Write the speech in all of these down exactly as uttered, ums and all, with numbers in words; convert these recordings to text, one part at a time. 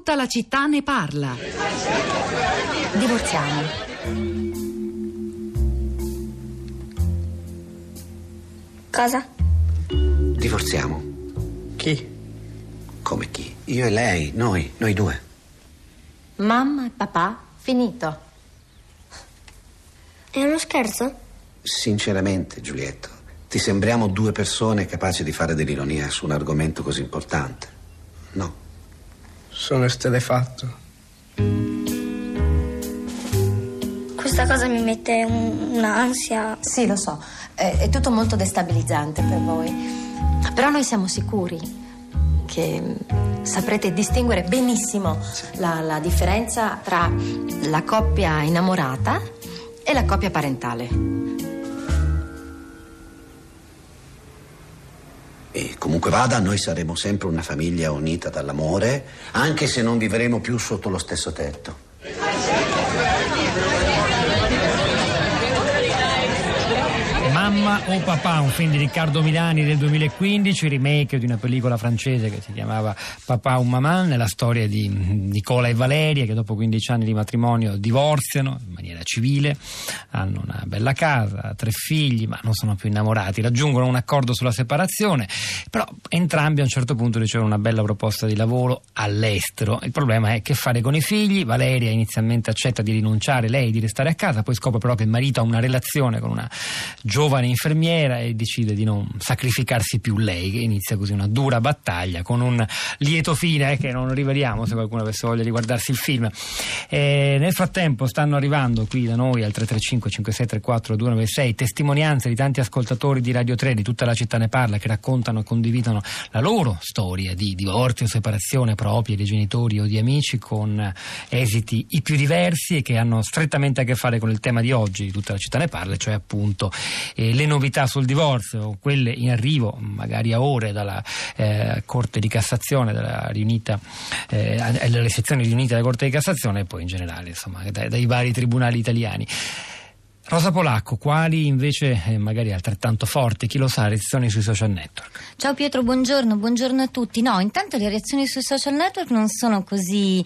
Tutta la città ne parla. Divorziamo. Cosa? Divorziamo. Chi? Come chi? Io e lei, noi, noi due. Mamma e papà, finito. È uno scherzo? Sinceramente, Giulietto, ti sembriamo due persone capaci di fare dell'ironia su un argomento così importante? No. Sono esterrefatto. Questa cosa mi mette un- un'ansia. Sì, lo so, è, è tutto molto destabilizzante per voi. Però noi siamo sicuri che saprete distinguere benissimo la, la differenza tra la coppia innamorata e la coppia parentale. E comunque vada, noi saremo sempre una famiglia unita dall'amore, anche se non vivremo più sotto lo stesso tetto. Mamma o papà, un film di Riccardo Milani del duemilaquindici, remake di una pellicola francese che si chiamava Papà ou Maman, la storia di Nicola e Valeria che dopo quindici anni di matrimonio divorziano in maniera civile, hanno una bella casa, tre figli, ma non sono più innamorati, raggiungono un accordo sulla separazione, però entrambi a un certo punto ricevono una bella proposta di lavoro all'estero. Il problema è che fare con i figli. Valeria inizialmente accetta di rinunciare, lei di restare a casa, poi scopre però che il marito ha una relazione con una giovane infermiera e decide di non sacrificarsi più lei, che inizia così una dura battaglia con un lieto fine eh, che non riveliamo se qualcuno avesse voglia di guardarsi il film. E nel frattempo stanno arrivando qui da noi al tre tre cinque cinque sei tre quattro due nove sei testimonianze di tanti ascoltatori di Radio tre, di Tutta la città ne parla, che raccontano e condividono la loro storia di divorzio o separazione propria di genitori o di amici, con esiti i più diversi e che hanno strettamente a che fare con il tema di oggi di Tutta la città ne parla, cioè appunto eh, le novità sul divorzio, quelle in arrivo magari a ore dalla eh, Corte di Cassazione, dalla riunita eh, alle sezioni riunite della Corte di Cassazione e poi in generale insomma dai, dai vari tribunali italiani. Rosa Polacco, quali invece eh, magari altrettanto forti, chi lo sa, reazioni sui social network? Ciao Pietro, buongiorno, buongiorno a tutti. No, intanto le reazioni sui social network non sono così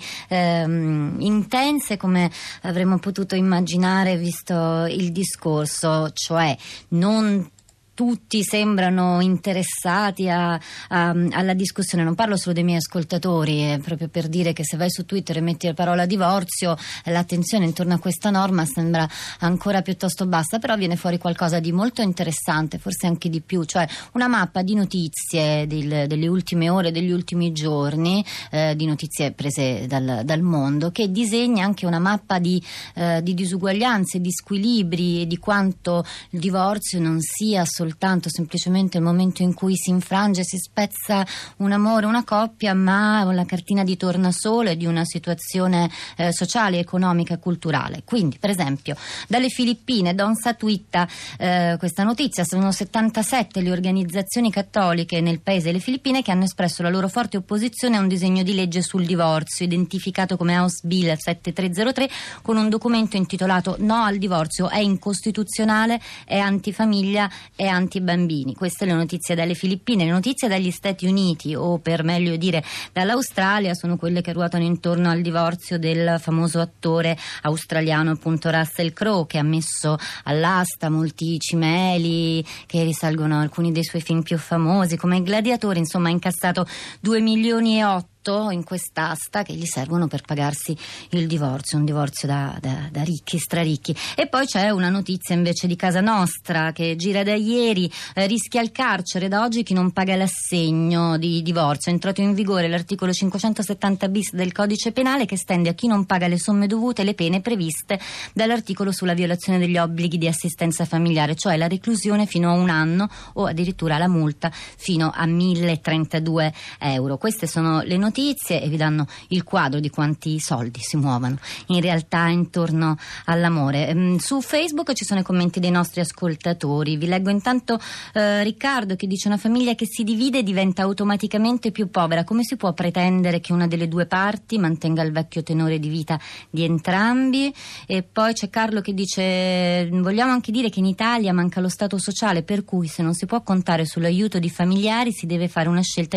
ehm, intense come avremmo potuto immaginare visto il discorso, cioè non tutti sembrano interessati a, a, alla discussione. Non parlo solo dei miei ascoltatori, eh, proprio per dire che se vai su Twitter e metti la parola divorzio, l'attenzione intorno a questa norma sembra ancora piuttosto bassa, però viene fuori qualcosa di molto interessante, forse anche di più, cioè una mappa di notizie del, delle ultime ore, degli ultimi giorni, eh, di notizie prese dal, dal mondo, che disegna anche una mappa di, eh, di disuguaglianze, di squilibri e di quanto il divorzio non sia solo soltanto semplicemente il momento in cui si infrange, si spezza un amore, una coppia, ma la cartina di tornasole di una situazione eh, sociale, economica, culturale. Quindi, per esempio, dalle Filippine, Donsa twitta eh, questa notizia: sono settantasette le organizzazioni cattoliche nel paese delle Filippine che hanno espresso la loro forte opposizione a un disegno di legge sul divorzio, identificato come House Bill settantatré, con un documento intitolato No al divorzio, è incostituzionale, è antifamiglia, è antibambini. Queste le notizie dalle Filippine. Le notizie dagli Stati Uniti, o per meglio dire dall'Australia, sono quelle che ruotano intorno al divorzio del famoso attore australiano appunto Russell Crowe, che ha messo all'asta molti cimeli che risalgono a alcuni dei suoi film più famosi come Il Gladiatore. Insomma, ha incassato due milioni e otto in quest'asta che gli servono per pagarsi il divorzio, un divorzio da, da, da ricchi, straricchi. E poi c'è una notizia invece di casa nostra che gira da ieri: eh, rischia il carcere da oggi chi non paga l'assegno di divorzio. È entrato in vigore l'articolo cinquecentosettanta bis del codice penale, che estende a chi non paga le somme dovute le pene previste dall'articolo sulla violazione degli obblighi di assistenza familiare, cioè la reclusione fino a un anno o addirittura la multa fino a mille trentadue euro. Queste sono le notizie e vi danno il quadro di quanti soldi si muovono in realtà intorno all'amore. Su Facebook ci sono i commenti dei nostri ascoltatori. Vi leggo intanto eh, Riccardo, che dice: una famiglia che si divide diventa automaticamente più povera. Come si può pretendere che una delle due parti mantenga il vecchio tenore di vita di entrambi? E poi c'è Carlo che dice: vogliamo anche dire che in Italia manca lo stato sociale, per cui se non si può contare sull'aiuto di familiari si deve fare una scelta di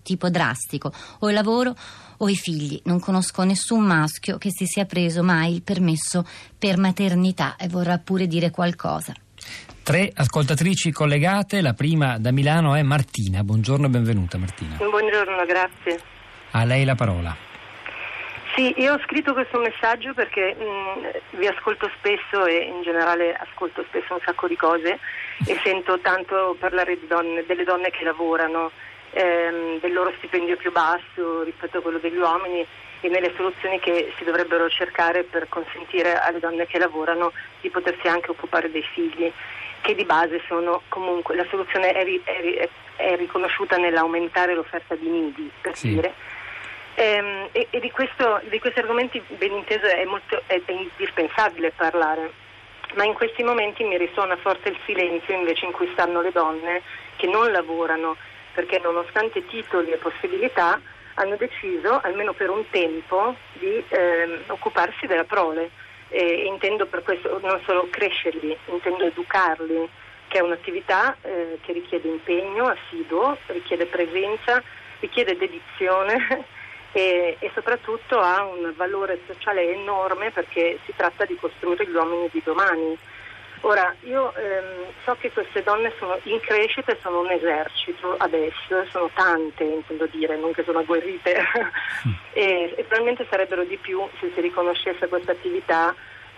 tipo drastico, o il lavoro o i figli. Non conosco nessun maschio che si sia preso mai il permesso per maternità e vorrà pure dire qualcosa. Tre ascoltatrici collegate, la prima da Milano è Martina. Buongiorno e benvenuta Martina. Buongiorno, grazie. A lei la parola. Sì, io ho scritto questo messaggio perché mh, vi ascolto spesso e in generale ascolto spesso un sacco di cose e sento tanto parlare di donne, delle donne che lavorano, ehm, del loro stipendio più basso rispetto a quello degli uomini e nelle soluzioni che si dovrebbero cercare per consentire alle donne che lavorano di potersi anche occupare dei figli, che di base sono comunque, la soluzione è, ri, è, è riconosciuta nell'aumentare l'offerta di nidi, per sì. dire. Ehm, e, e di, questo, di questi argomenti, ben inteso, è, molto, è, è indispensabile parlare, ma in questi momenti mi risuona forte il silenzio invece in cui stanno le donne che non lavorano, perché nonostante titoli e possibilità hanno deciso, almeno per un tempo, di ehm, occuparsi della prole. E intendo per questo non solo crescerli, intendo educarli, che è un'attività eh, che richiede impegno assiduo, richiede presenza, richiede dedizione e, e soprattutto ha un valore sociale enorme perché si tratta di costruire gli uomini di domani. Ora, io ehm, so che queste donne sono in crescita e sono un esercito adesso, sono tante, intendo dire, non che sono agguerrite, e, e probabilmente sarebbero di più se si riconoscesse questa attività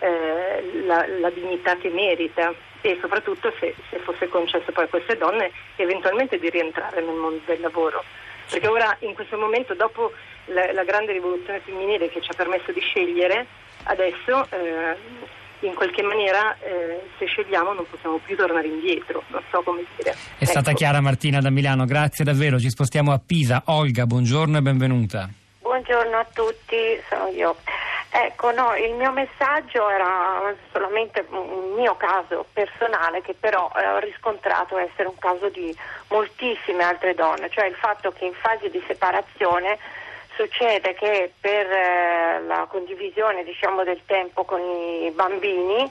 eh, la, la dignità che merita e soprattutto se, se fosse concesso poi a queste donne eventualmente di rientrare nel mondo del lavoro. Perché ora, in questo momento, dopo la, la grande rivoluzione femminile che ci ha permesso di scegliere, adesso... Eh, in qualche maniera eh, se scegliamo non possiamo più tornare indietro, non so come dire. È ecco. stata chiara Martina da Milano, grazie davvero. Ci spostiamo a Pisa. Olga, buongiorno e benvenuta. Buongiorno a tutti, sono io. Ecco, no, il mio messaggio era solamente un mio caso personale che però eh, ho riscontrato essere un caso di moltissime altre donne, cioè il fatto che in fase di separazione succede che per eh, la condivisione, diciamo, del tempo con i bambini,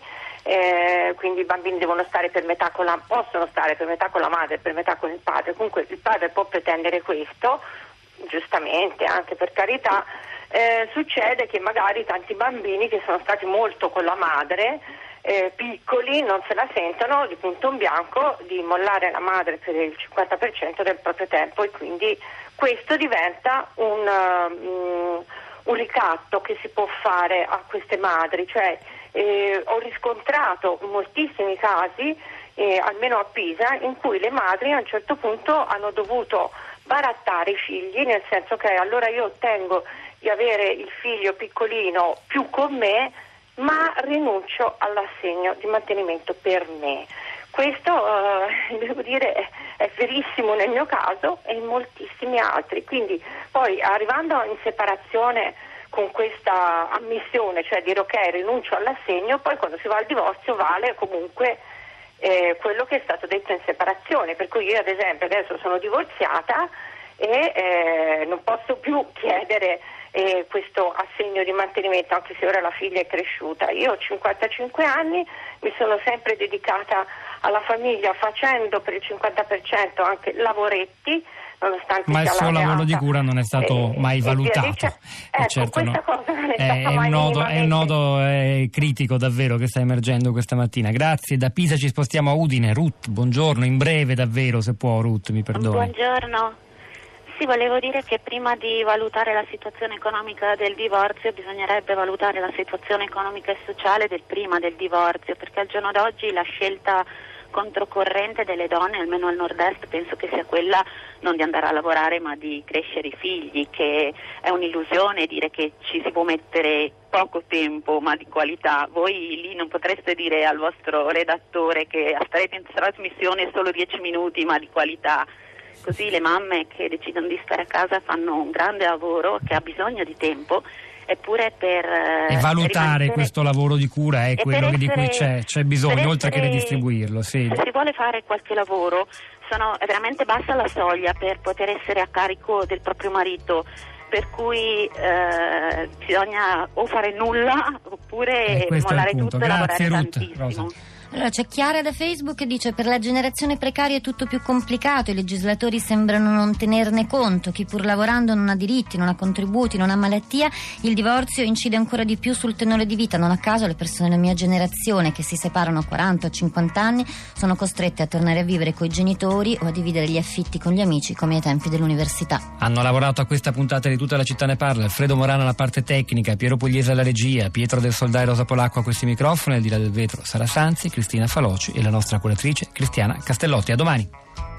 eh, quindi i bambini devono stare per metà con la, possono stare per metà con la madre e per metà con il padre, comunque il padre può pretendere questo, giustamente, anche per carità, eh, succede che magari tanti bambini che sono stati molto con la madre, eh, piccoli, non se la sentono di punto in bianco di mollare la madre per il cinquanta per cento del proprio tempo e quindi questo diventa un, um, un ricatto che si può fare a queste madri, cioè eh, ho riscontrato moltissimi casi, eh, almeno a Pisa, in cui le madri a un certo punto hanno dovuto barattare i figli, nel senso che allora io ottengo di avere il figlio piccolino più con me, ma rinuncio all'assegno di mantenimento per me. Questo, eh, devo dire, è, è verissimo nel mio caso e in moltissimi altri. Quindi poi arrivando in separazione con questa ammissione, cioè dire ok, rinuncio all'assegno, poi quando si va al divorzio vale comunque eh, quello che è stato detto in separazione. Per cui io ad esempio adesso sono divorziata e eh, non posso più chiedere eh, questo assegno di mantenimento, anche se ora la figlia è cresciuta. Io ho cinquantacinque anni, mi sono sempre dedicata alla famiglia facendo per il cinquanta per cento anche lavoretti, nonostante ma il suo laureata, lavoro di cura non è stato eh, mai valutato. Ecco, e certo questa no. cosa non è, è, stata è, mai un nodo, è un nodo eh, critico davvero che sta emergendo questa mattina. Grazie. Da Pisa ci spostiamo a Udine. Ruth, buongiorno, in breve davvero, se può. Ruth, mi perdoni. Buongiorno. Sì, volevo dire che prima di valutare la situazione economica del divorzio bisognerebbe valutare la situazione economica e sociale del prima del divorzio, perché al giorno d'oggi la scelta controcorrente delle donne, almeno al nord-est, penso che sia quella non di andare a lavorare ma di crescere i figli, che è un'illusione dire che ci si può mettere poco tempo ma di qualità. Voi lì non potreste dire al vostro redattore che starete in trasmissione solo dieci minuti ma di qualità. Così le mamme che decidono di stare a casa fanno un grande lavoro che ha bisogno di tempo, eppure per e valutare rimanere... questo lavoro di cura è quello essere, di cui c'è, c'è bisogno, oltre essere, che redistribuirlo. Sì. Se si vuole fare qualche lavoro, sono, è veramente bassa la soglia per poter essere a carico del proprio marito, per cui eh, bisogna o fare nulla oppure eh, mollare tutto e Grazie, lavorare Ruth. tantissimo. Rosa. Allora c'è Chiara da Facebook che dice: per la generazione precaria è tutto più complicato, i legislatori sembrano non tenerne conto, chi pur lavorando non ha diritti, non ha contributi, non ha malattia, il divorzio incide ancora di più sul tenore di vita. Non a caso le persone della mia generazione che si separano a quaranta o cinquanta anni sono costrette a tornare a vivere coi genitori o a dividere gli affitti con gli amici come ai tempi dell'università. Hanno lavorato a questa puntata di Tutta la città ne parla Alfredo Morano alla parte tecnica, Piero Pugliese alla regia, Pietro del Soldà e Rosa Polacco a questi microfoni, al di là del vetro Sara Sanzi, Cristina Faloci e la nostra curatrice Cristiana Castellotti. A domani.